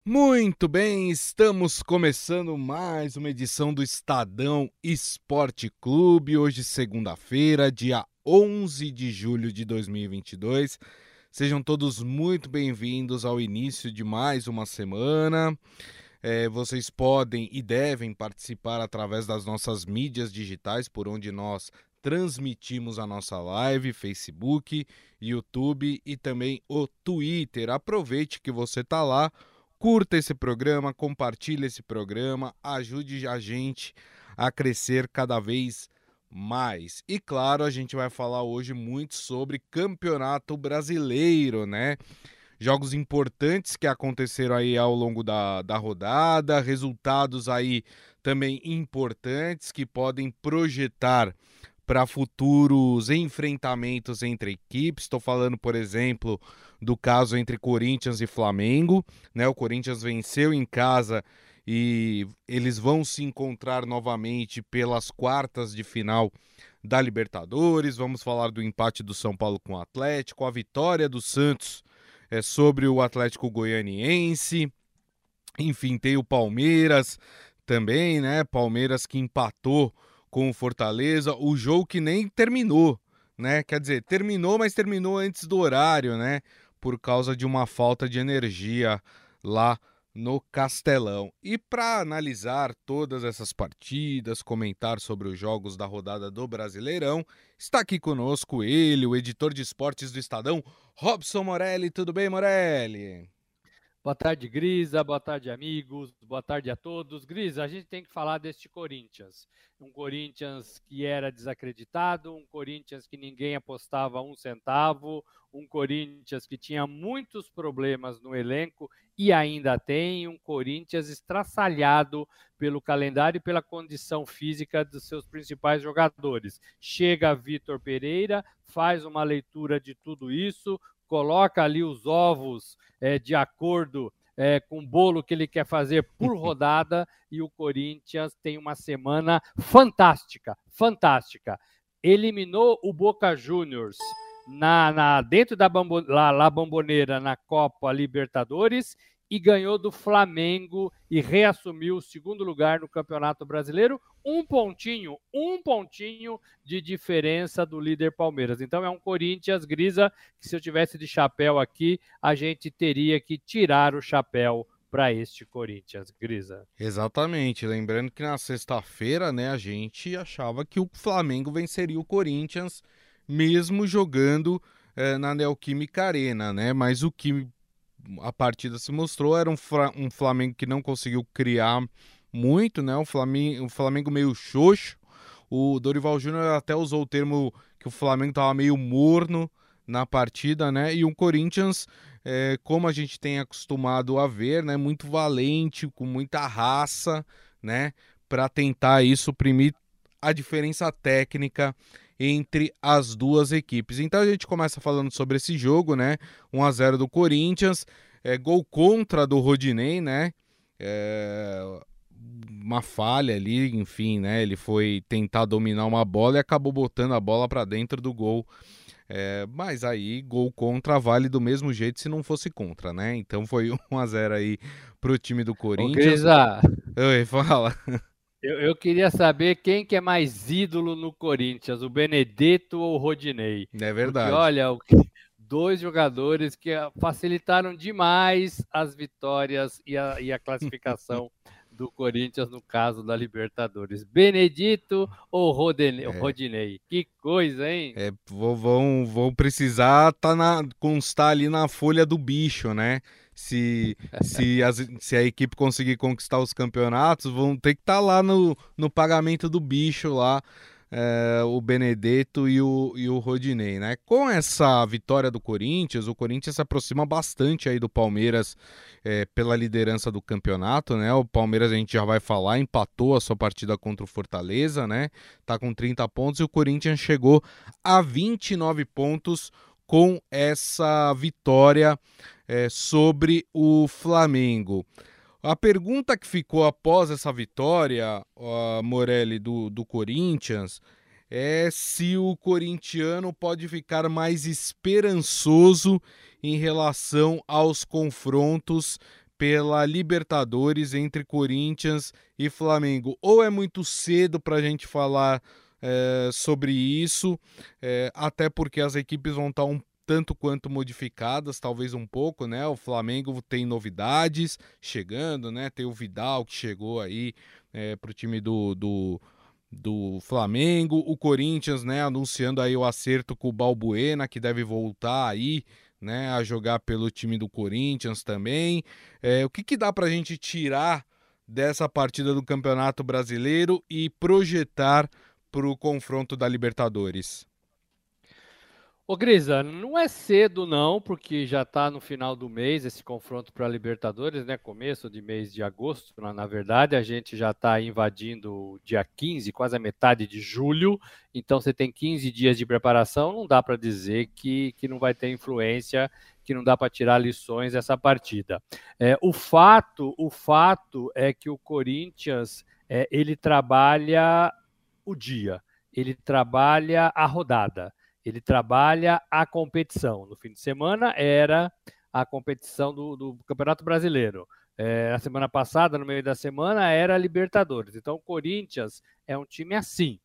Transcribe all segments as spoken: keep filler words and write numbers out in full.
Muito bem, estamos começando mais uma edição do Estadão Esporte Clube. Hoje, segunda-feira, dia onze de julho de dois mil e vinte e dois. Sejam todos muito bem-vindos ao início de mais uma semana. É, vocês podem e devem participar através das nossas mídias digitais, por onde nós transmitimos a nossa live, Facebook, YouTube e também o Twitter. Aproveite que você está lá. Curta esse programa, compartilhe esse programa, ajude a gente a crescer cada vez mais. E claro, a gente vai falar hoje muito sobre Campeonato Brasileiro, né? Jogos importantes que aconteceram aí ao longo da, da rodada, resultados aí também importantes que podem projetar para futuros enfrentamentos entre equipes. Estou falando, por exemplo, do caso entre Corinthians e Flamengo, né? O Corinthians venceu em casa e eles vão se encontrar novamente pelas quartas de final da Libertadores. Vamos falar do empate do São Paulo com o Atlético, a vitória do Santos é, sobre o Atlético Goianiense. Enfim, tem o Palmeiras também, né? Palmeiras que empatou com o Fortaleza, o jogo que nem terminou, né? Quer dizer, terminou, mas terminou antes do horário, né? Por causa de uma falta de energia lá no Castelão. E para analisar todas essas partidas, comentar sobre os jogos da rodada do Brasileirão, está aqui conosco ele, o editor de esportes do Estadão, Robson Morelli. Tudo bem, Morelli? Boa tarde, Grisa. Boa tarde, amigos. Boa tarde a todos. Grisa, a gente tem que falar deste Corinthians. Um Corinthians que era desacreditado, um Corinthians que ninguém apostava um centavo, um Corinthians que tinha muitos problemas no elenco e ainda tem, um Corinthians estraçalhado pelo calendário e pela condição física dos seus principais jogadores. Chega Vitor Pereira, faz uma leitura de tudo isso, coloca ali os ovos é, de acordo é, com o bolo que ele quer fazer por rodada e o Corinthians tem uma semana fantástica, fantástica. Eliminou o Boca Juniors na, na, dentro da Bambo, La, La Bombonera na Copa Libertadores e ganhou do Flamengo e reassumiu o segundo lugar no Campeonato Brasileiro, um pontinho, um pontinho de diferença do líder Palmeiras. Então é um Corinthians, Grisa, que se eu tivesse de chapéu aqui, a gente teria que tirar o chapéu para este Corinthians, Grisa. Exatamente, lembrando que na sexta-feira, né, a gente achava que o Flamengo venceria o Corinthians, mesmo jogando eh, na Neoquímica Arena, né? Mas o que a partida se mostrou era um, um Flamengo que não conseguiu criar muito, né? Um Flamengo, um Flamengo meio xoxo. O Dorival Júnior até usou o termo que o Flamengo estava meio morno na partida, né? E um Corinthians, é, como a gente tem acostumado a ver, né? Muito valente, com muita raça, né? Para tentar aí suprimir a diferença técnica entre as duas equipes. Então a gente começa falando sobre esse jogo, né? um a zero do Corinthians, é, gol contra do Rodinei, né? É, uma falha ali, enfim, né? Ele foi tentar dominar uma bola e acabou botando a bola para dentro do gol. É, mas aí, gol contra vale do mesmo jeito se não fosse contra, né? Então foi um a zero aí pro time do Ô, Corinthians. Grisa, Oi, fala. eu, eu queria saber quem que é mais ídolo no Corinthians, o Benedetto ou o Rodinei? É Porque, verdade. olha, dois jogadores que facilitaram demais as vitórias e a, e a classificação do Corinthians no caso da Libertadores. Benedito ou Rodinei? É, Rodinei? Que coisa, hein? é, vão, vão precisar tá na, constar ali na folha do bicho, né? Se, se, as, se a equipe conseguir conquistar os campeonatos, vão ter que estar tá lá no, no pagamento do bicho lá, é, o Benedetto e o, e o Rodinei, né? Com essa vitória do Corinthians, o Corinthians se aproxima bastante aí do Palmeiras é, pela liderança do campeonato, né? O Palmeiras, a gente já vai falar, empatou a sua partida contra o Fortaleza, né? Tá com trinta pontos e o Corinthians chegou a vinte e nove pontos com essa vitória é, sobre o Flamengo. A pergunta que ficou após essa vitória, uh, Morelli, do, do Corinthians, é se o corintiano pode ficar mais esperançoso em relação aos confrontos pela Libertadores entre Corinthians e Flamengo. Ou é muito cedo para a gente falar é, sobre isso, é, até porque as equipes vão estar um tanto quanto modificadas, talvez um pouco, né? O Flamengo tem novidades chegando, né? Tem o Vidal que chegou aí é, para o time do, do, do Flamengo, o Corinthians, né? Anunciando aí o acerto com o Balbuena, que deve voltar aí, né? A jogar pelo time do Corinthians também. É, o que, que dá para a gente tirar dessa partida do Campeonato Brasileiro e projetar para o confronto da Libertadores? Ô, Grisa, não é cedo não, porque já está no final do mês esse confronto para a Libertadores, né? Começo de mês de agosto, na, na verdade, a gente já está invadindo o dia quinze, quase a metade de julho, então você tem quinze dias de preparação, não dá para dizer que, que não vai ter influência, que não dá para tirar lições dessa partida. É, o fato, o fato é que o Corinthians, é, ele trabalha o dia, ele trabalha a rodada. Ele trabalha a competição. No fim de semana era a competição do, do Campeonato Brasileiro. É, a semana passada, no meio da semana, era a Libertadores. Então, o Corinthians é um time assim.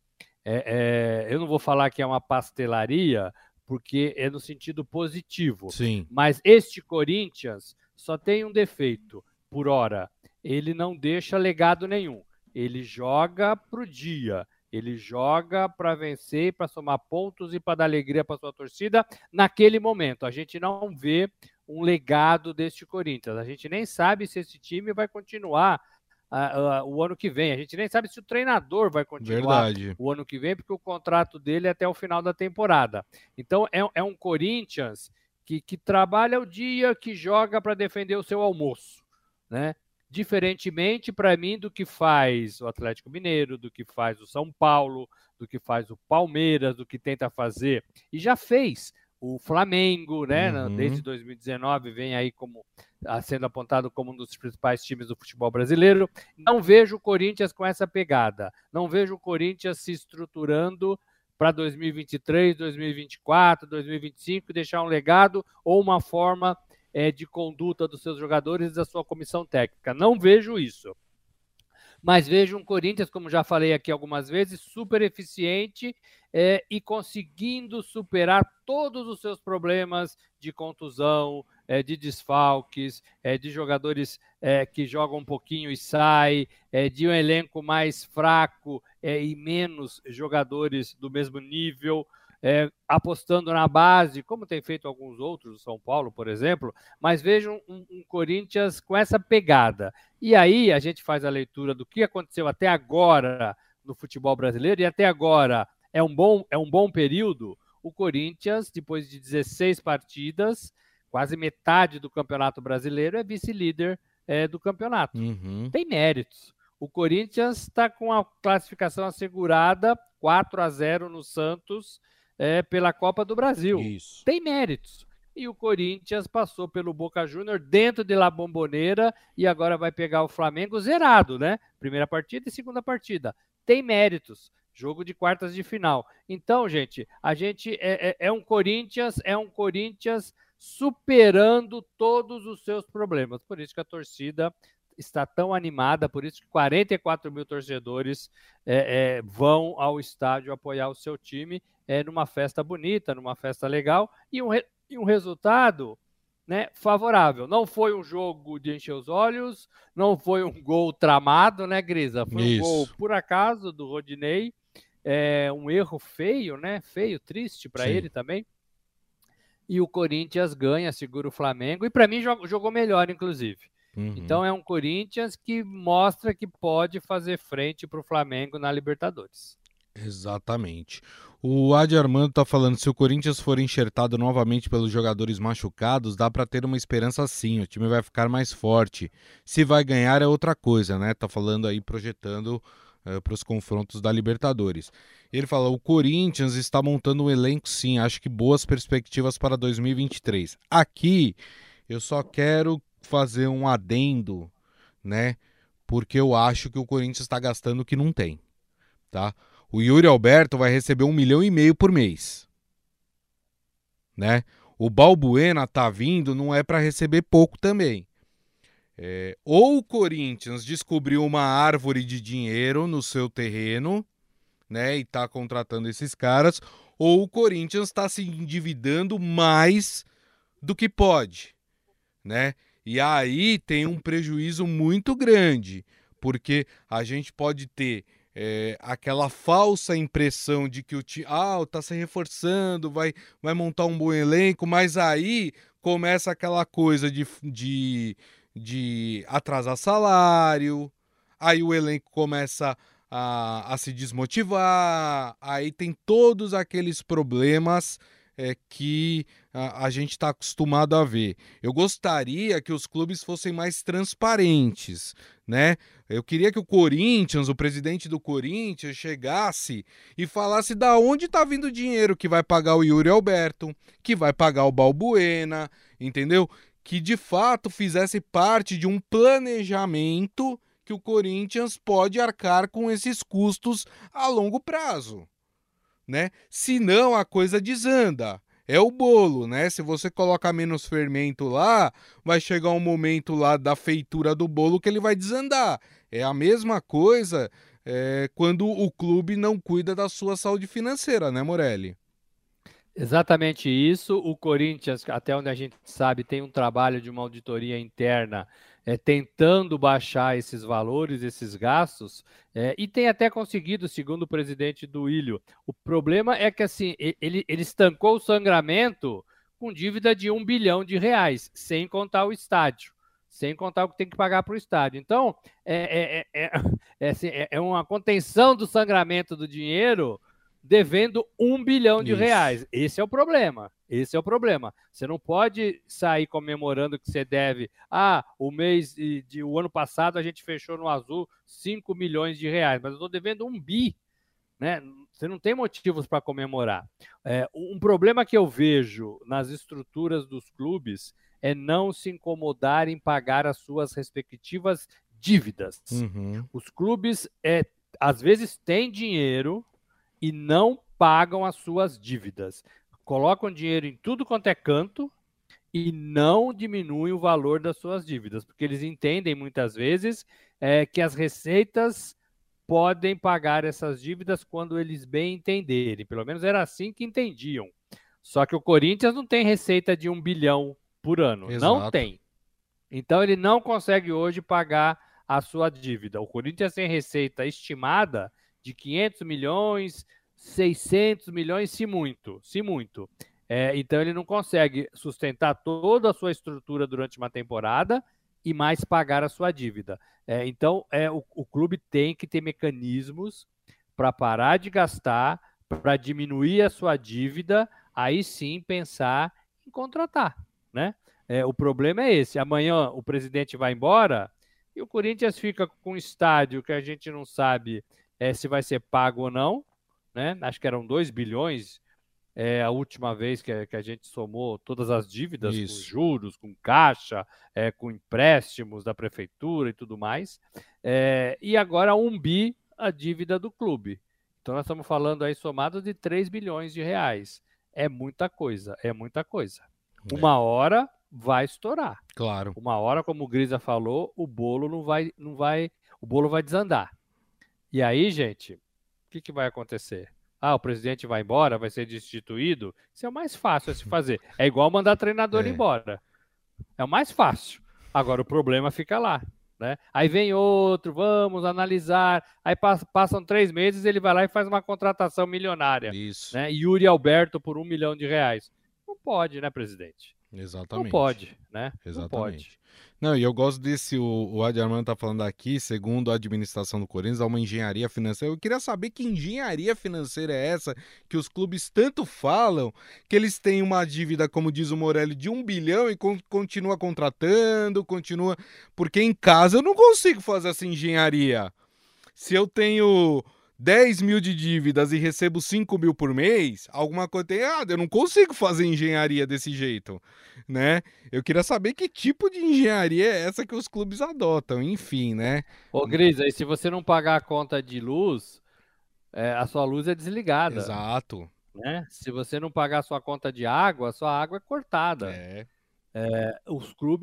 É, é, eu não vou falar que é uma pastelaria, porque é no sentido positivo. Sim. Mas este Corinthians só tem um defeito, por hora. Ele não deixa legado nenhum. Ele joga para o dia. Ele joga para vencer, para somar pontos e para dar alegria para sua torcida naquele momento. A gente não vê um legado deste Corinthians. A gente nem sabe se esse time vai continuar uh, uh, o ano que vem. A gente nem sabe se o treinador vai continuar Verdade. o ano que vem, porque o contrato dele é até o final da temporada. Então, é, é um Corinthians que, que trabalha o dia, que joga para defender o seu almoço, né? Diferentemente, para mim, do que faz o Atlético Mineiro, do que faz o São Paulo, do que faz o Palmeiras, do que tenta fazer, e já fez o Flamengo, né? Uhum. Desde dois mil e dezenove vem aí como sendo apontado como um dos principais times do futebol brasileiro. Não vejo o Corinthians com essa pegada, não vejo o Corinthians se estruturando para dois mil e vinte e três, dois mil e vinte e quatro, dois mil e vinte e cinco, deixar um legado ou uma forma É, de conduta dos seus jogadores e da sua comissão técnica. Não vejo isso. Mas vejo um Corinthians, como já falei aqui algumas vezes, super eficiente é, e conseguindo superar todos os seus problemas de contusão, é, de desfalques, é, de jogadores é, que jogam um pouquinho e saem, é, de um elenco mais fraco é, e menos jogadores do mesmo nível. É, apostando na base, como tem feito alguns outros, o São Paulo, por exemplo, mas vejam um, um Corinthians com essa pegada. E aí a gente faz a leitura do que aconteceu até agora no futebol brasileiro, e até agora é um bom, é um bom período. O Corinthians, depois de dezesseis partidas, quase metade do Campeonato Brasileiro, é vice-líder é, do campeonato. Uhum. Tem méritos. O Corinthians está com a classificação assegurada, quatro a zero no Santos, É, pela Copa do Brasil. Isso. Tem méritos. E o Corinthians passou pelo Boca Júnior dentro de La Bombonera e agora vai pegar o Flamengo zerado, né? Primeira partida e segunda partida. Tem méritos. Jogo de quartas de final. Então, gente, a gente é, é, é um Corinthians, é um Corinthians superando todos os seus problemas. Por isso que a torcida está tão animada, por isso que quarenta e quatro mil torcedores é, é, vão ao estádio apoiar o seu time é, numa festa bonita, numa festa legal, e um, re, e um resultado né, favorável. Não foi um jogo de encher os olhos, não foi um gol tramado, né, Grisa? Foi Isso. um gol, por acaso, do Rodinei, é, um erro feio, né? Feio, triste para ele também. E o Corinthians ganha, segura o Flamengo, e para mim jogou melhor, inclusive. Uhum. Então é um Corinthians que mostra que pode fazer frente para o Flamengo na Libertadores. Exatamente. O Adi Armando tá falando, se o Corinthians for enxertado novamente pelos jogadores machucados, dá para ter uma esperança sim, o time vai ficar mais forte. Se vai ganhar é outra coisa, né? Tá falando aí, projetando uh, para os confrontos da Libertadores. Ele fala, o Corinthians está montando um elenco sim, acho que boas perspectivas para dois mil e vinte e três. Aqui, eu só quero fazer um adendo, né? Porque eu acho que o Corinthians está gastando o que não tem, tá? O Yuri Alberto vai receber um milhão e meio por mês, né? O Balbuena tá vindo, não é para receber pouco também. É, ou o Corinthians descobriu uma árvore de dinheiro no seu terreno, né, e está contratando esses caras, ou o Corinthians está se endividando mais do que pode, né? E aí tem um prejuízo muito grande, porque a gente pode ter é, aquela falsa impressão de que o time ah, tá se reforçando, vai, vai montar um bom elenco, mas aí começa aquela coisa de, de, de atrasar salário, aí o elenco começa a, a se desmotivar, aí tem todos aqueles problemas é, que a, a gente está acostumado a ver. Eu gostaria que os clubes fossem mais transparentes, né? Eu queria que o Corinthians, o presidente do Corinthians, chegasse e falasse da onde está vindo o dinheiro que vai pagar o Yuri Alberto, que vai pagar o Balbuena, entendeu? Que de fato fizesse parte de um planejamento que o Corinthians pode arcar com esses custos a longo prazo, né? Senão a coisa desanda. É o bolo, né? Se você coloca menos fermento lá, vai chegar um momento lá da feitura do bolo que ele vai desandar. É a mesma coisa é, quando o clube não cuida da sua saúde financeira, né, Morelli? Exatamente isso. O Corinthians, até onde a gente sabe, tem um trabalho de uma auditoria interna é, tentando baixar esses valores, esses gastos, é, e tem até conseguido, segundo o presidente do Ilho. O problema é que assim ele, ele estancou o sangramento com dívida de um bilhão de reais, sem contar o estádio, sem contar o que tem que pagar para o estádio. Então, é, é, é, é, assim, é uma contenção do sangramento do dinheiro devendo um bilhão de Isso. reais. Esse é o problema. Esse é o problema. Você não pode sair comemorando que você deve. Ah, o mês de, de o ano passado a gente fechou no azul cinco milhões de reais, mas eu estou devendo um bi, né? Você não tem motivos para comemorar. É, um problema que eu vejo nas estruturas dos clubes é não se incomodar em pagar as suas respectivas dívidas. Uhum. Os clubes, é, às vezes, têm dinheiro e não pagam as suas dívidas. Colocam dinheiro em tudo quanto é canto e não diminuem o valor das suas dívidas, porque eles entendem muitas vezes é, que as receitas podem pagar essas dívidas quando eles bem entenderem. Pelo menos era assim que entendiam. Só que o Corinthians não tem receita de um bilhão por ano. Exato. Não tem. Então ele não consegue hoje pagar a sua dívida. O Corinthians tem receita estimada de quinhentos milhões, seiscentos milhões, se muito, se muito. É, então ele não consegue sustentar toda a sua estrutura durante uma temporada e mais pagar a sua dívida. É, então é, o, o clube tem que ter mecanismos para parar de gastar, para diminuir a sua dívida, aí sim pensar em contratar, né? É, o problema é esse. Amanhã o presidente vai embora e o Corinthians fica com um estádio que a gente não sabe é, se vai ser pago ou não, né? Acho que eram dois bilhões é, a última vez que, que a gente somou todas as dívidas, Isso. com juros, com caixa, é, com empréstimos da prefeitura e tudo mais. É, e agora um bi a dívida do clube. Então nós estamos falando aí somado de três bilhões de reais. É muita coisa, é muita coisa. É. Uma hora vai estourar. Claro. Uma hora, como o Grisa falou, o bolo não vai, não vai, o bolo vai desandar. E aí, gente, o que, que vai acontecer? Ah, o presidente vai embora, vai ser destituído? Isso é o mais fácil a se fazer. É igual mandar treinador É. embora. É o mais fácil. Agora o problema fica lá, né? Aí vem outro, vamos analisar. Aí passam três meses, ele vai lá e faz uma contratação milionária. Isso. Né? Yuri Alberto por um milhão de reais. Não pode, né, presidente? Exatamente. Não pode, né? Exatamente. Não pode. Não, e eu gosto desse, o, o Adi Armando tá falando aqui, segundo a administração do Corinthians, há uma engenharia financeira. Eu queria saber que engenharia financeira é essa que os clubes tanto falam, que eles têm uma dívida, como diz o Morelli, de um bilhão e con continua contratando, continua... Porque em casa eu não consigo fazer essa engenharia. Se eu tenho dez mil de dívidas e recebo cinco mil por mês, alguma coisa tem errado. Eu não consigo fazer engenharia desse jeito, né? Eu queria saber que tipo de engenharia é essa que os clubes adotam, enfim, né? Ô, Gris, aí se você não pagar a conta de luz, é, a sua luz é desligada. Exato. Né? Se você não pagar a sua conta de água, a sua água é cortada. É. É, os clubes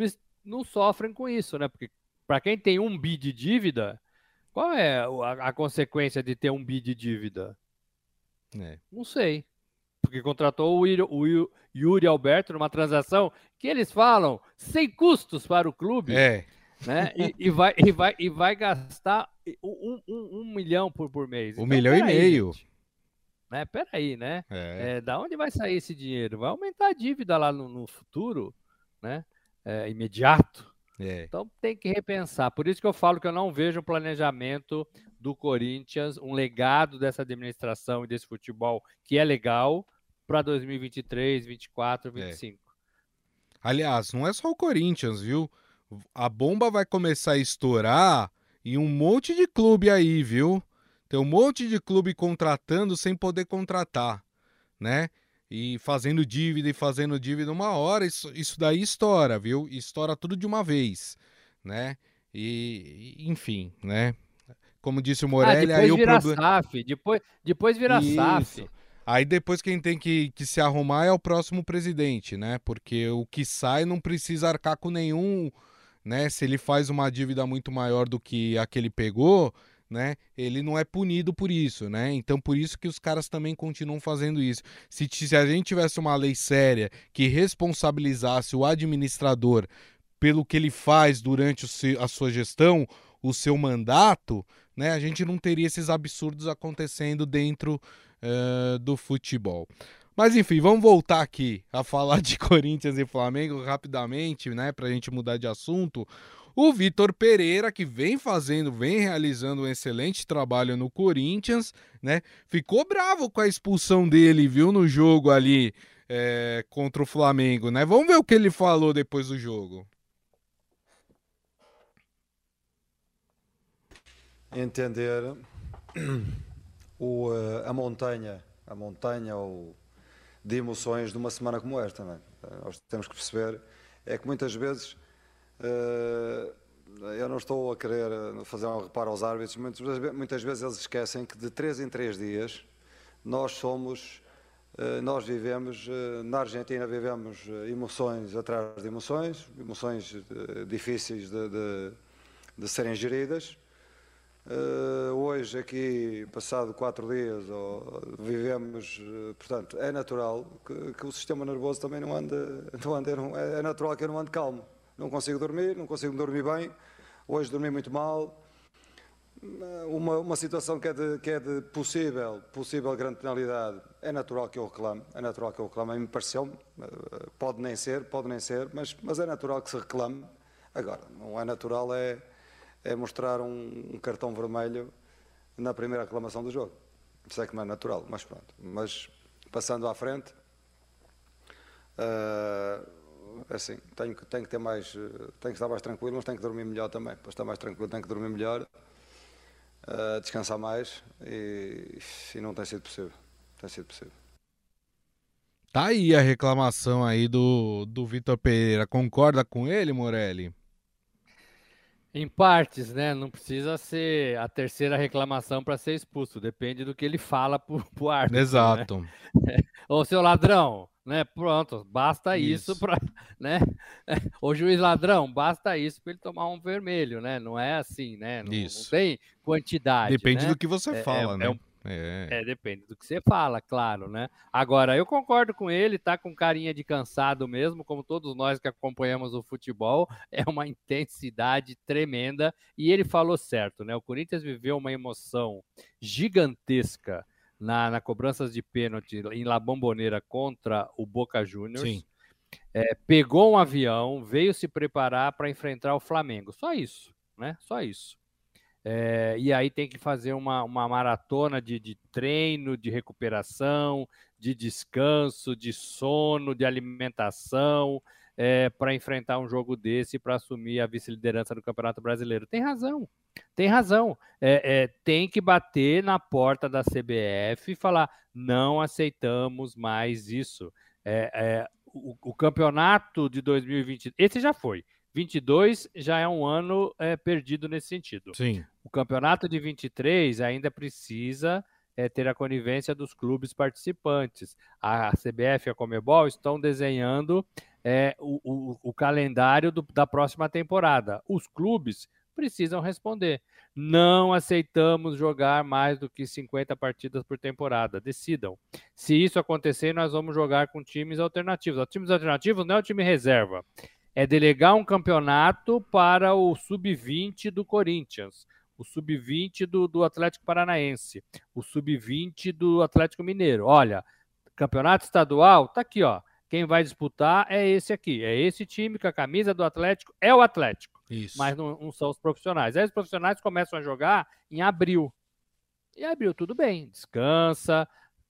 não sofrem com isso, né? Porque para quem tem um bi de dívida, qual é a, a consequência de ter um bi de dívida? É. Não sei. Porque contratou o, Iro, o Yuri Alberto numa transação que eles falam sem custos para o clube. É. Né? E, e, vai, e, vai, e vai gastar um, um, um milhão por, por mês. Um então, milhão e aí, meio. Gente. Né? Peraí, né? É. É, da onde vai sair esse dinheiro? Vai aumentar a dívida lá no, no futuro, né? É, imediato. É. Então tem que repensar. Por isso que eu falo que eu não vejo o planejamento do Corinthians, um legado dessa administração e desse futebol que é legal para dois mil e vinte e três, vinte e quatro, vinte e cinco. É. Aliás, não é só o Corinthians, viu? A bomba vai começar a estourar e um monte de clube aí, viu? Tem um monte de clube contratando sem poder contratar, né? E fazendo dívida e fazendo dívida uma hora, isso, isso daí estoura, viu? Estoura tudo de uma vez, né? E, enfim, né? Como disse o Ah, Morelli, depois aí o vira problema... S A F, depois, depois vira S A F. Isso. Aí depois quem tem que, que se arrumar é o próximo presidente, né? Porque o que sai não precisa arcar com nenhum, né? Se ele faz uma dívida muito maior do que a que ele pegou, né? Ele não é punido por isso, né? Então por isso que os caras também continuam fazendo isso. Se, se a gente tivesse uma lei séria que responsabilizasse o administrador pelo que ele faz durante o seu, a sua gestão, o seu mandato, né? A gente não teria esses absurdos acontecendo dentro uh, do futebol. Mas enfim, vamos voltar aqui a falar de Corinthians e Flamengo rapidamente, né, para a gente mudar de assunto. O Vitor Pereira, que vem fazendo, vem realizando um excelente trabalho no Corinthians, né, ficou bravo com a expulsão dele, viu, no jogo ali é, contra o Flamengo, né? Vamos ver o que ele falou depois do jogo. Entender o, a montanha, a montanha de emoções de uma semana como esta, não é? Nós temos que perceber é que muitas vezes uh, eu não estou a querer fazer um reparo aos árbitros, muitas, muitas vezes eles esquecem que de três em três dias nós somos, uh, nós vivemos, uh, na Argentina vivemos emoções atrás de emoções, emoções uh, difíceis de, de, de serem geridas. Uh, hoje aqui, passado quatro dias, oh, vivemos, uh, portanto, é natural que, que o sistema nervoso também não ande, não ande não, é, é natural que eu não ande calmo, não consigo dormir, não consigo dormir bem, hoje dormi muito mal, uma, uma situação que é, de, que é de possível, possível grande penalidade, é natural que eu reclame, é natural que eu reclame, a mim me pareceu, uh, pode nem ser, pode nem ser, mas, mas é natural que se reclame, agora, não é natural, é... é mostrar um, um cartão vermelho na primeira reclamação do jogo. Isso é que não é natural, mas pronto. Mas, passando à frente, uh, assim, tenho, tenho que ter mais, tenho que estar mais tranquilo, mas tenho que dormir melhor também. Para estar mais tranquilo, tenho que dormir melhor, uh, descansar mais, e, e não tem sido possível. Tem sido possível. Tá aí a reclamação aí do, do Vitor Pereira. Concorda com ele, Morelli? Em partes, né? Não precisa ser a terceira reclamação para ser expulso. Depende do que ele fala pro, pro árbitro. Exato. Né? Ô, seu ladrão, né? Pronto, basta isso, isso para, né? Ô, juiz ladrão, basta isso para ele tomar um vermelho, né? Não é assim, né? Não, não tem quantidade. Depende né? do que você é, fala, é, né? É um... É. é, depende do que você fala, claro, né? Agora, eu concordo com ele, tá com carinha de cansado mesmo, como todos nós que acompanhamos o futebol, é uma intensidade tremenda, e ele falou certo, né? O Corinthians viveu uma emoção gigantesca na, na cobranças de pênalti em La Bombonera contra o Boca Juniors. Sim. É, pegou um avião, veio se preparar para enfrentar o Flamengo. Só isso, né? Só isso. É, e aí tem que fazer uma, uma maratona de, de treino, de recuperação, de descanso, de sono, de alimentação, é, para enfrentar um jogo desse, para assumir a vice-liderança do Campeonato Brasileiro. Tem razão, tem razão. É, é, tem que bater na porta da C B F e falar, não aceitamos mais isso. É, é, o, o campeonato de dois mil e vinte, esse já foi. vinte e dois já é um ano é, perdido nesse sentido. Sim. O campeonato de vinte e três ainda precisa é, ter a conivência dos clubes participantes. A C B F e a Conmebol estão desenhando é, o, o, o calendário do, da próxima temporada. Os clubes precisam responder. Não aceitamos jogar mais do que cinquenta partidas por temporada. Decidam. Se isso acontecer, nós vamos jogar com times alternativos. Os times alternativos não é o time reserva. É delegar um campeonato para o sub vinte do Corinthians, o sub vinte do, do Atlético Paranaense, o sub vinte do Atlético Mineiro. Olha, campeonato estadual, tá aqui, ó. Quem vai disputar é esse aqui. É esse time que a camisa do Atlético é o Atlético. Isso. Mas não, não são os profissionais. Aí os profissionais começam a jogar em abril. E abril, tudo bem. Descansa,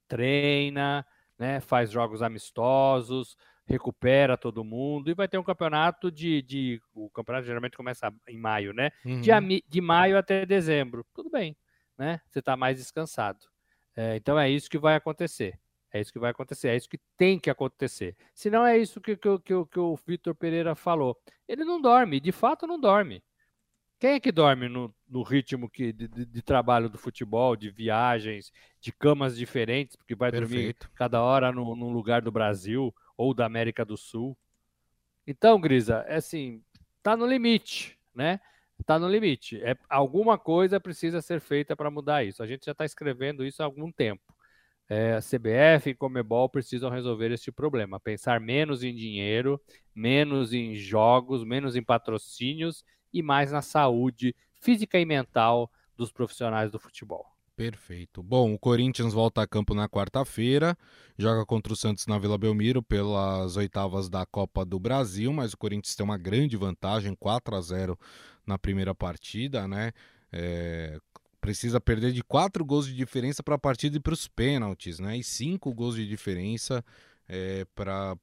treina, né, faz jogos amistosos, recupera todo mundo e vai ter um campeonato de... de o campeonato geralmente começa em maio, né? Uhum. De, de maio até dezembro. Tudo bem, né? Você está mais descansado. É, então é isso que vai acontecer. É isso que vai acontecer, é isso que tem que acontecer. Se não é isso que, que, que, que o Vitor Pereira falou. Ele não dorme, de fato não dorme. Quem é que dorme no, no ritmo que, de, de, de trabalho do futebol, de viagens, de camas diferentes, porque vai Perfeito. dormir cada hora no, num lugar do Brasil ou da América do Sul? Então, Grisa, é assim, tá no limite, né? Tá no limite. É, alguma coisa precisa ser feita para mudar isso. A gente já está escrevendo isso há algum tempo. É, a C B F e Conmebol precisam resolver este problema, pensar menos em dinheiro, menos em jogos, menos em patrocínios e mais na saúde física e mental dos profissionais do futebol. Perfeito. Bom, o Corinthians volta a campo na quarta-feira, joga contra o Santos na Vila Belmiro pelas oitavas da Copa do Brasil, mas o Corinthians tem uma grande vantagem, quatro a zero na primeira partida, né? É... Precisa perder de quatro gols de diferença para a partida e para os pênaltis, né? E cinco gols de diferença é, para,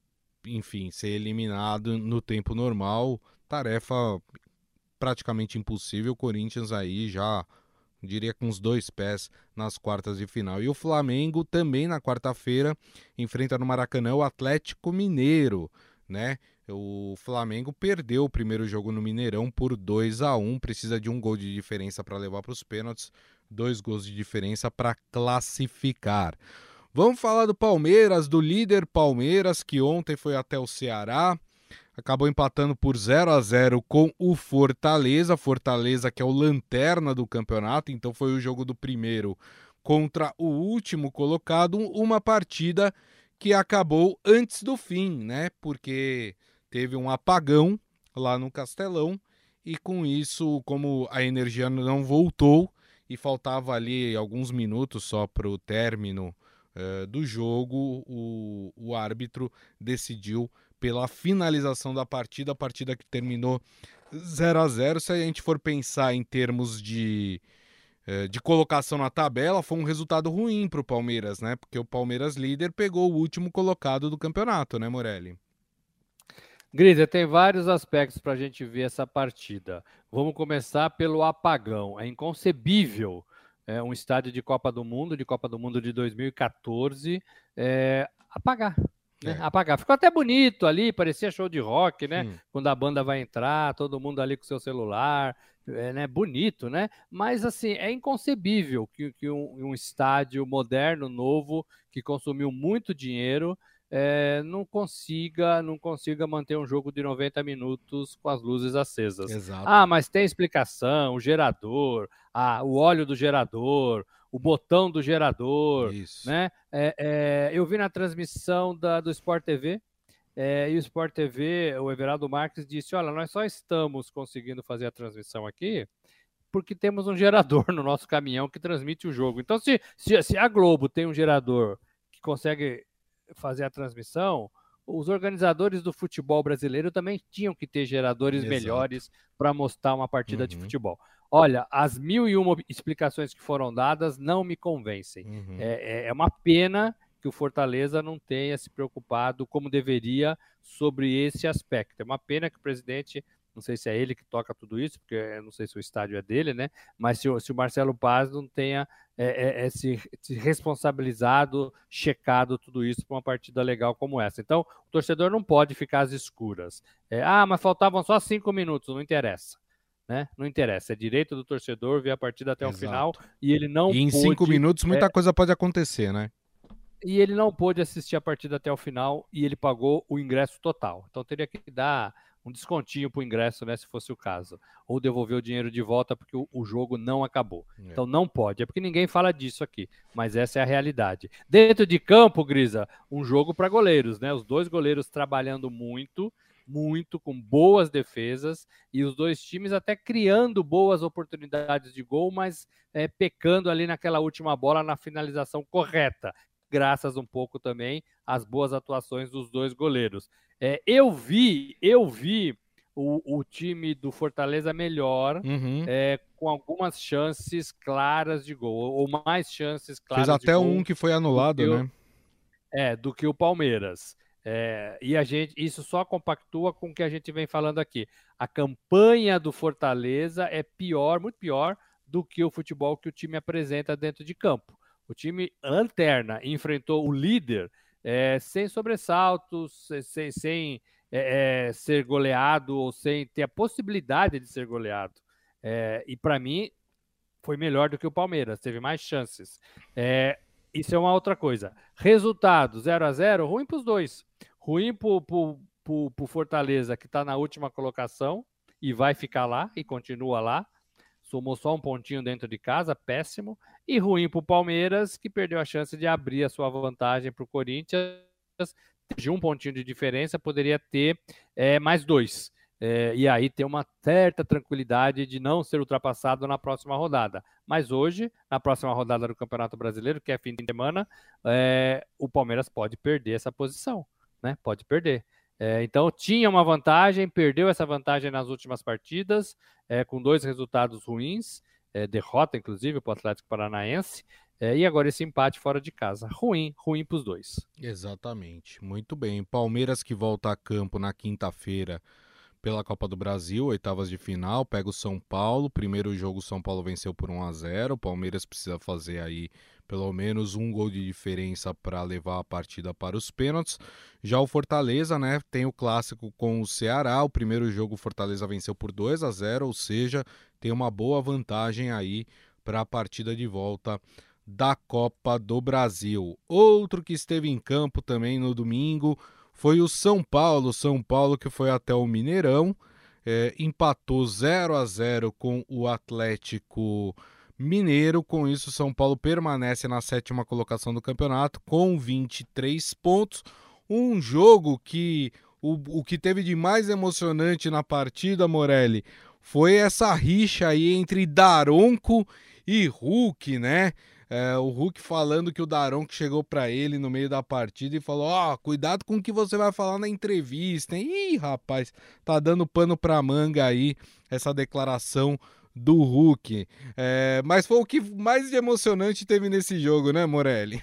enfim, ser eliminado no tempo normal. Tarefa praticamente impossível. O Corinthians aí já, diria, com os dois pés nas quartas de final. E o Flamengo também na quarta-feira enfrenta no Maracanã o Atlético Mineiro, né? O Flamengo perdeu o primeiro jogo no Mineirão por dois a um, precisa de um gol de diferença para levar para os pênaltis, dois gols de diferença para classificar. Vamos falar do Palmeiras, do líder Palmeiras, que ontem foi até o Ceará, acabou empatando por zero a zero com o Fortaleza, Fortaleza que é o lanterna do campeonato, então foi o jogo do primeiro contra o último colocado, uma partida que acabou antes do fim, né? Porque teve um apagão lá no Castelão e com isso, como a energia não voltou e faltava ali alguns minutos só para o término uh, do jogo, o, o árbitro decidiu pela finalização da partida, a partida que terminou zero a zero. Se a gente for pensar em termos de, uh, de colocação na tabela, foi um resultado ruim para o Palmeiras, né? Porque o Palmeiras líder pegou o último colocado do campeonato, né, Morelli? Grisa, tem vários aspectos para a gente ver essa partida. Vamos começar pelo apagão. É inconcebível é, um estádio de Copa do Mundo, de Copa do Mundo de dois mil e quatorze, é, apagar. Né? É. Apagar. Ficou até bonito ali, parecia show de rock, né? Hum. Quando a banda vai entrar, todo mundo ali com seu celular, é, né? Bonito, né? Mas assim, é inconcebível que, que um, um estádio moderno, novo, que consumiu muito dinheiro, É, não consiga não consiga manter um jogo de noventa minutos com as luzes acesas. Exato. Ah, mas tem explicação, o gerador, ah, o óleo do gerador, o botão do gerador, Isso. Né? É, é, eu vi na transmissão da, do Sport T V, é, e o Sport T V, o Everaldo Marques disse, olha, nós só estamos conseguindo fazer a transmissão aqui porque temos um gerador no nosso caminhão que transmite o jogo. Então, se, se, se a Globo tem um gerador que consegue fazer a transmissão, os organizadores do futebol brasileiro também tinham que ter geradores Exato. melhores para mostrar uma partida uhum. de futebol. Olha, as mil e uma explicações que foram dadas não me convencem. Uhum. É, é uma pena que o Fortaleza não tenha se preocupado como deveria sobre esse aspecto. É uma pena que o presidente, não sei se é ele que toca tudo isso, porque eu não sei se o estádio é dele, né? Mas se o, se o Marcelo Paz não tenha é, é, é, se, se responsabilizado, checado tudo isso para uma partida legal como essa. Então, o torcedor não pode ficar às escuras. É, ah, mas faltavam só cinco minutos, não interessa. Né? Não interessa, é direito do torcedor ver a partida até Exato. o final e ele não e em pôde, cinco minutos muita é... coisa pode acontecer, né? e ele não pôde assistir a partida até o final e ele pagou o ingresso total. Então teria que dar um descontinho para o ingresso, né, se fosse o caso. Ou devolver o dinheiro de volta porque o, o jogo não acabou. É. Então não pode. É porque ninguém fala disso aqui, mas essa é a realidade. Dentro de campo, Grisa, um jogo para goleiros, né? Os dois goleiros trabalhando muito, muito, com boas defesas, e os dois times até criando boas oportunidades de gol, mas é, pecando ali naquela última bola na finalização correta, graças um pouco também às boas atuações dos dois goleiros. É, eu vi, eu vi o, o time do Fortaleza melhor, uhum. é, com algumas chances claras de gol, ou mais chances claras de gol. Fez até um que foi anulado, o, né? É, do que o Palmeiras. É, e a gente, isso só compactua com o que a gente vem falando aqui. A campanha do Fortaleza é pior, muito pior, do que o futebol que o time apresenta dentro de campo. O time lanterna enfrentou o líder é, sem sobressaltos, sem, sem é, é, ser goleado ou sem ter a possibilidade de ser goleado. É, e para mim foi melhor do que o Palmeiras, teve mais chances. É, isso é uma outra coisa. Resultado, zero a zero, ruim para os dois. Ruim para o Fortaleza, que está na última colocação e vai ficar lá e continua lá. Somou só um pontinho dentro de casa, péssimo. E ruim para o Palmeiras, que perdeu a chance de abrir a sua vantagem para o Corinthians. De um pontinho de diferença, poderia ter é, mais dois. É, e aí ter uma certa tranquilidade de não ser ultrapassado na próxima rodada. Mas hoje, na próxima rodada do Campeonato Brasileiro, que é fim de semana, é, o Palmeiras pode perder essa posição, né? Pode perder. É, então tinha uma vantagem, perdeu essa vantagem nas últimas partidas, é, com dois resultados ruins, é, derrota inclusive para o Atlético Paranaense, é, e agora esse empate fora de casa. Ruim, ruim para os dois. Exatamente, muito bem. Palmeiras que volta a campo na quinta-feira pela Copa do Brasil, oitavas de final, pega o São Paulo. Primeiro jogo o São Paulo venceu por um a zero. O Palmeiras precisa fazer aí pelo menos um gol de diferença para levar a partida para os pênaltis. Já o Fortaleza, né, tem o clássico com o Ceará. O primeiro jogo o Fortaleza venceu por dois a zero, ou seja, tem uma boa vantagem aí para a partida de volta da Copa do Brasil. Outro que esteve em campo também no domingo foi o São Paulo, São Paulo que foi até o Mineirão, é, empatou zero a zero com o Atlético Mineiro. Com isso, o São Paulo permanece na sétima colocação do campeonato com vinte e três pontos. Um jogo que o, o que teve de mais emocionante na partida, Morelli, foi essa rixa aí entre Daronco e Hulk, né? É, o Hulk falando que o Daronco chegou para ele no meio da partida e falou: ó, oh, cuidado com o que você vai falar na entrevista, hein? Ih, rapaz, tá dando pano pra manga aí essa declaração do Hulk. É, mas foi o que mais emocionante teve nesse jogo, né, Morelli?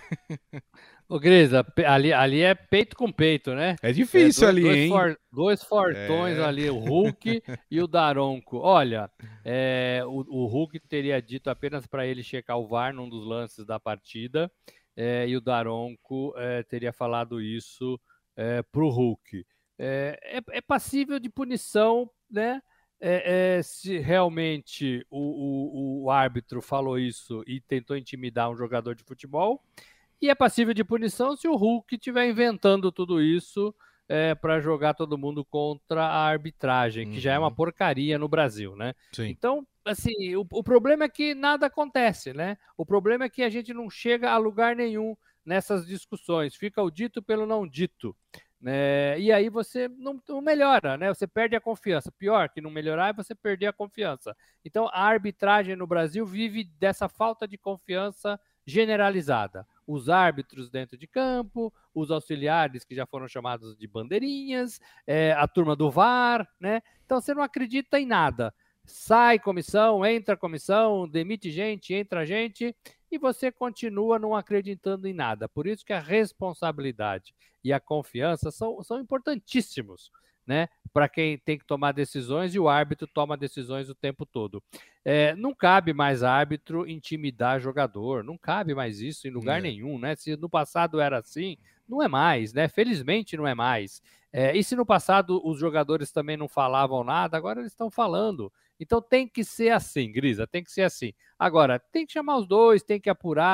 Ô, Grisa, ali, ali é peito com peito, né? É difícil é, dois, ali, dois hein? For, dois fortões é. ali, o Hulk e o Daronco. Olha, é, o, o Hulk teria dito apenas para ele checar o V A R num dos lances da partida, é, e o Daronco é, teria falado isso é, pro Hulk. É, é, é passível de punição, né? É, é, se realmente o, o, o árbitro falou isso e tentou intimidar um jogador de futebol. E é passível de punição se o Hulk estiver inventando tudo isso é, para jogar todo mundo contra a arbitragem, uhum. que já é uma porcaria no Brasil, né? Sim. Então, assim, o, o problema é que nada acontece, né? O problema é que a gente não chega a lugar nenhum nessas discussões. Fica o dito pelo não dito. Né? E aí você não, não melhora, né? Você perde a confiança. Pior que não melhorar é você perder a confiança. Então, a arbitragem no Brasil vive dessa falta de confiança generalizada. Os árbitros dentro de campo, os auxiliares que já foram chamados de bandeirinhas, é, a turma do V A R, né? Então você não acredita em nada. Sai comissão, entra comissão, demite gente, entra gente, e você continua não acreditando em nada. Por isso que a responsabilidade e a confiança são, são importantíssimos, né? Para quem tem que tomar decisões, e o árbitro toma decisões o tempo todo. É, não cabe mais árbitro intimidar jogador, não cabe mais isso em lugar é. nenhum, né? Se no passado era assim, não é mais, né? Felizmente não é mais. É, e se no passado os jogadores também não falavam nada, agora eles estão falando. Então tem que ser assim, Grisa, tem que ser assim. Agora, tem que chamar os dois, tem que apurar,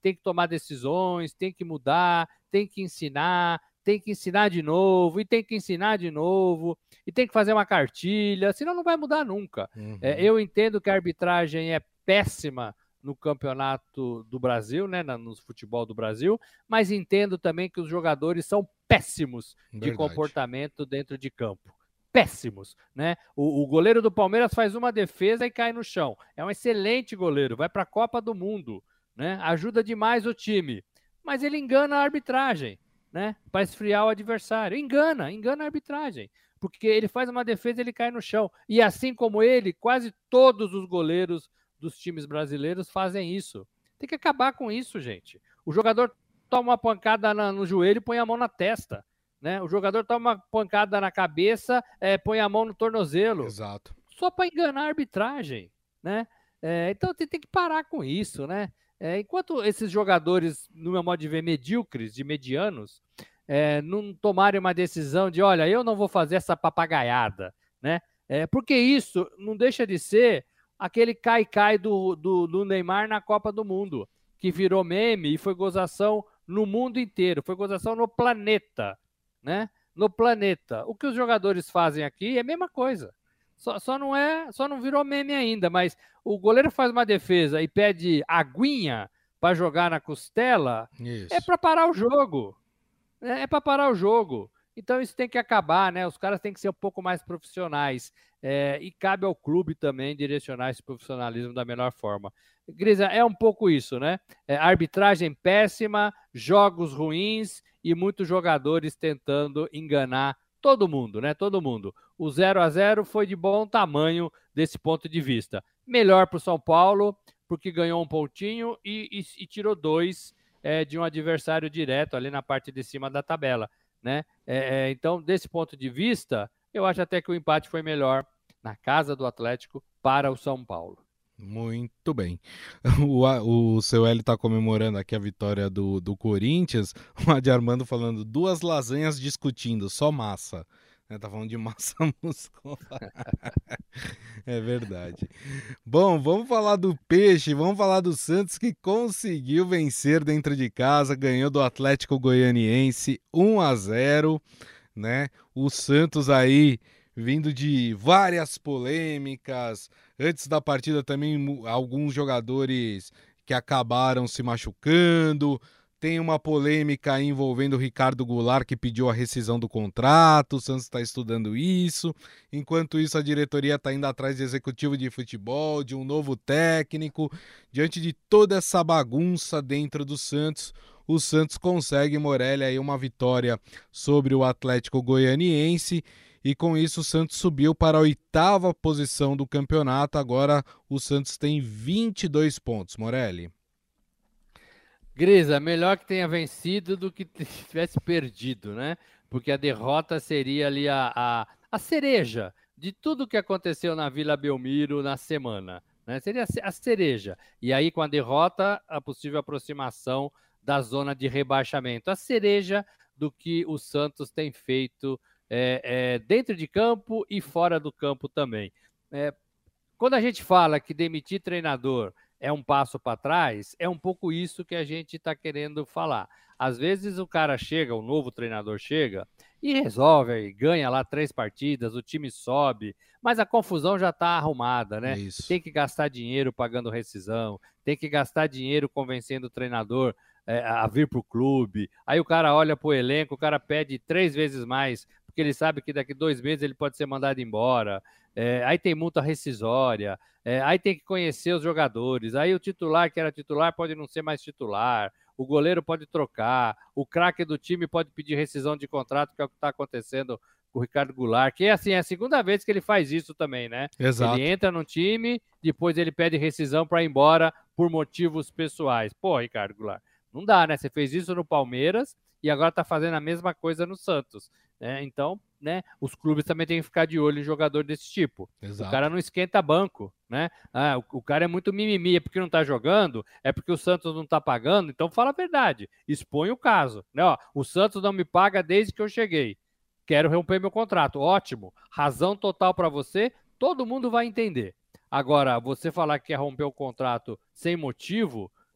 tem que tomar decisões, tem que mudar, tem que ensinar, tem que ensinar de novo, e tem que ensinar de novo, e tem que fazer uma cartilha, senão não vai mudar nunca. Uhum. É, eu entendo que a arbitragem é péssima no campeonato do Brasil, né, no futebol do Brasil, mas entendo também que os jogadores são péssimos Verdade. de comportamento dentro de campo. Péssimos, né? O, o goleiro do Palmeiras faz uma defesa e cai no chão. É um excelente goleiro, vai para a Copa do Mundo, né? Ajuda demais o time, mas ele engana a arbitragem, né? Para esfriar o adversário. Engana, engana a arbitragem, porque ele faz uma defesa e ele cai no chão. E assim como ele, quase todos os goleiros dos times brasileiros fazem isso. Tem que acabar com isso, gente. O jogador toma uma pancada na, no joelho e põe a mão na testa. Né? O jogador toma uma pancada na cabeça, é, põe a mão no tornozelo. Exato. Só para enganar a arbitragem. Né? É, então tem, tem que parar com isso. Né? É, enquanto esses jogadores, no meu modo de ver, medíocres, de medianos, é, não tomarem uma decisão de, olha, eu não vou fazer essa papagaiada. Né? É, porque isso não deixa de ser aquele cai-cai do, do, do Neymar na Copa do Mundo, que virou meme e foi gozação no mundo inteiro, foi gozação no planeta. Né? No planeta. O que os jogadores fazem aqui é a mesma coisa. Só, só, não é, só não virou meme ainda, mas o goleiro faz uma defesa e pede aguinha para jogar na costela, Isso. é para parar o jogo. É, é para parar o jogo. Então isso tem que acabar, né? Os caras têm que ser um pouco mais profissionais. É, e cabe ao clube também direcionar esse profissionalismo da melhor forma. Grisa, é um pouco isso, né? É, arbitragem péssima, jogos ruins e muitos jogadores tentando enganar todo mundo, né? Todo mundo. O zero a zero foi de bom tamanho desse ponto de vista. Melhor para o São Paulo, porque ganhou um pontinho e, e, e tirou dois é, de um adversário direto ali na parte de cima da tabela, né? É, é, então, desse ponto de vista, eu acho até que o empate foi melhor na casa do Atlético para o São Paulo. Muito bem. O, o seu Hélio está comemorando aqui a vitória do, do Corinthians. O Adi Armando falando duas lasanhas discutindo, só massa. É, tá falando de massa muscular. É verdade. Bom, vamos falar do Peixe, vamos falar do Santos que conseguiu vencer dentro de casa, ganhou do Atlético Goianiense um a zero, né? O Santos aí vindo de várias polêmicas. Antes da partida também alguns jogadores que acabaram se machucando. Tem uma polêmica envolvendo o Ricardo Goulart, que pediu a rescisão do contrato. O Santos está estudando isso. Enquanto isso, a diretoria está indo atrás de executivo de futebol, de um novo técnico. Diante de toda essa bagunça dentro do Santos, o Santos consegue, Morelli, aí uma vitória sobre o Atlético Goianiense. E com isso o Santos subiu para a oitava posição do campeonato. Agora o Santos tem vinte e dois pontos, Morelli. Grisa, melhor que tenha vencido do que tivesse perdido, né? Porque a derrota seria ali a, a, a cereja de tudo que aconteceu na Vila Belmiro na semana, né? Seria a cereja. E aí, com a derrota, a possível aproximação da zona de rebaixamento. A cereja do que o Santos tem feito é, é, dentro de campo e fora do campo também. É, quando a gente fala que demitir treinador é um passo para trás, é um pouco isso que a gente está querendo falar. Às vezes o cara chega, o novo treinador chega e resolve, ganha lá três partidas, o time sobe, mas a confusão já está arrumada, né? Isso. Tem que gastar dinheiro pagando rescisão, tem que gastar dinheiro convencendo o treinador é, a vir para o clube. Aí o cara olha para o elenco, o cara pede três vezes mais, porque ele sabe que daqui dois meses ele pode ser mandado embora. É, aí tem multa rescisória, é, aí tem que conhecer os jogadores, aí o titular que era titular pode não ser mais titular, o goleiro pode trocar, o craque do time pode pedir rescisão de contrato, que é o que está acontecendo com o Ricardo Goulart, que é assim, é a segunda vez que ele faz isso também, né? Exato. Ele entra no time, depois ele pede rescisão para ir embora por motivos pessoais. Pô, Ricardo Goulart, não dá, né? Você fez isso no Palmeiras e agora está fazendo a mesma coisa no Santos. Né? Então, né, os clubes também têm que ficar de olho em jogador desse tipo. Exato. O cara não esquenta banco, né? Ah, o, o cara é muito mimimi, é porque não tá jogando, é porque o Santos não tá pagando, então fala a verdade, expõe o caso. Né? Ó, o Santos não me paga desde que eu cheguei, quero romper meu contrato, ótimo, razão total para você, todo mundo vai entender. Agora, você falar que quer romper o contrato sem motivo,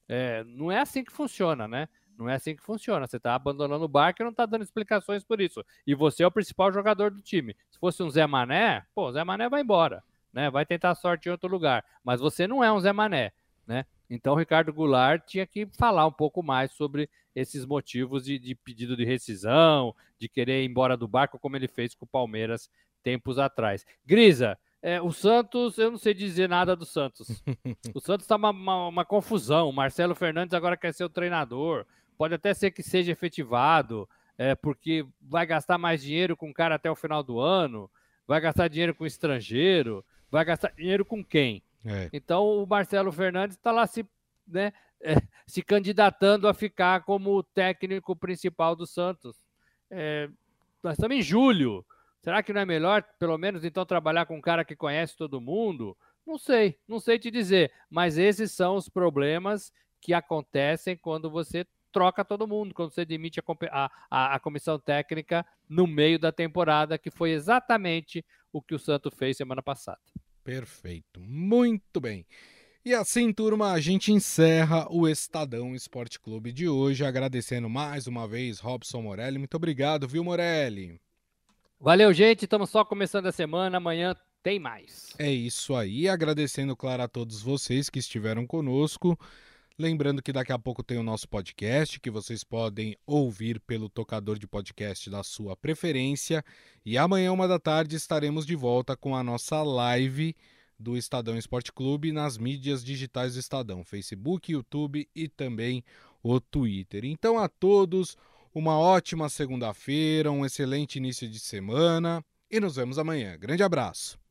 É, não é assim que funciona, né? Não é assim que funciona. Você está abandonando o barco e não está dando explicações por isso. E você é o principal jogador do time. Se fosse um Zé Mané, pô, o Zé Mané vai embora, né? Vai tentar sorte em outro lugar. Mas você não é um Zé Mané, né? Então o Ricardo Goulart tinha que falar um pouco mais sobre esses motivos de, de pedido de rescisão, de querer ir embora do barco, como ele fez com o Palmeiras tempos atrás. Grisa, é, o Santos, eu não sei dizer nada do Santos. O Santos está uma, uma, uma confusão. O Marcelo Fernandes agora quer ser o treinador. Pode até ser que seja efetivado, é, porque vai gastar mais dinheiro com o cara até o final do ano, vai gastar dinheiro com estrangeiro, vai gastar dinheiro com quem? É. Então o Marcelo Fernandes está lá se, né, é, se candidatando a ficar como o técnico principal do Santos. É, nós estamos em julho. Será que não é melhor, pelo menos, então, trabalhar com um cara que conhece todo mundo? Não sei, não sei te dizer. Mas esses são os problemas que acontecem quando você troca todo mundo, quando você demite a, a, a comissão técnica no meio da temporada, que foi exatamente o que o Santos fez semana passada. Perfeito, muito bem. E assim, turma, a gente encerra o Estadão Esporte Clube de hoje, agradecendo mais uma vez Robson Morelli. Muito obrigado, viu, Morelli? Valeu, gente. Estamos só começando a semana. Amanhã tem mais. É isso aí. Agradecendo, claro, a todos vocês que estiveram conosco. Lembrando que daqui a pouco tem o nosso podcast, que vocês podem ouvir pelo tocador de podcast da sua preferência. E amanhã, uma da tarde, estaremos de volta com a nossa live do Estadão Esporte Clube nas mídias digitais do Estadão, Facebook, YouTube e também o Twitter. Então, a todos, uma ótima segunda-feira, um excelente início de semana e nos vemos amanhã. Grande abraço!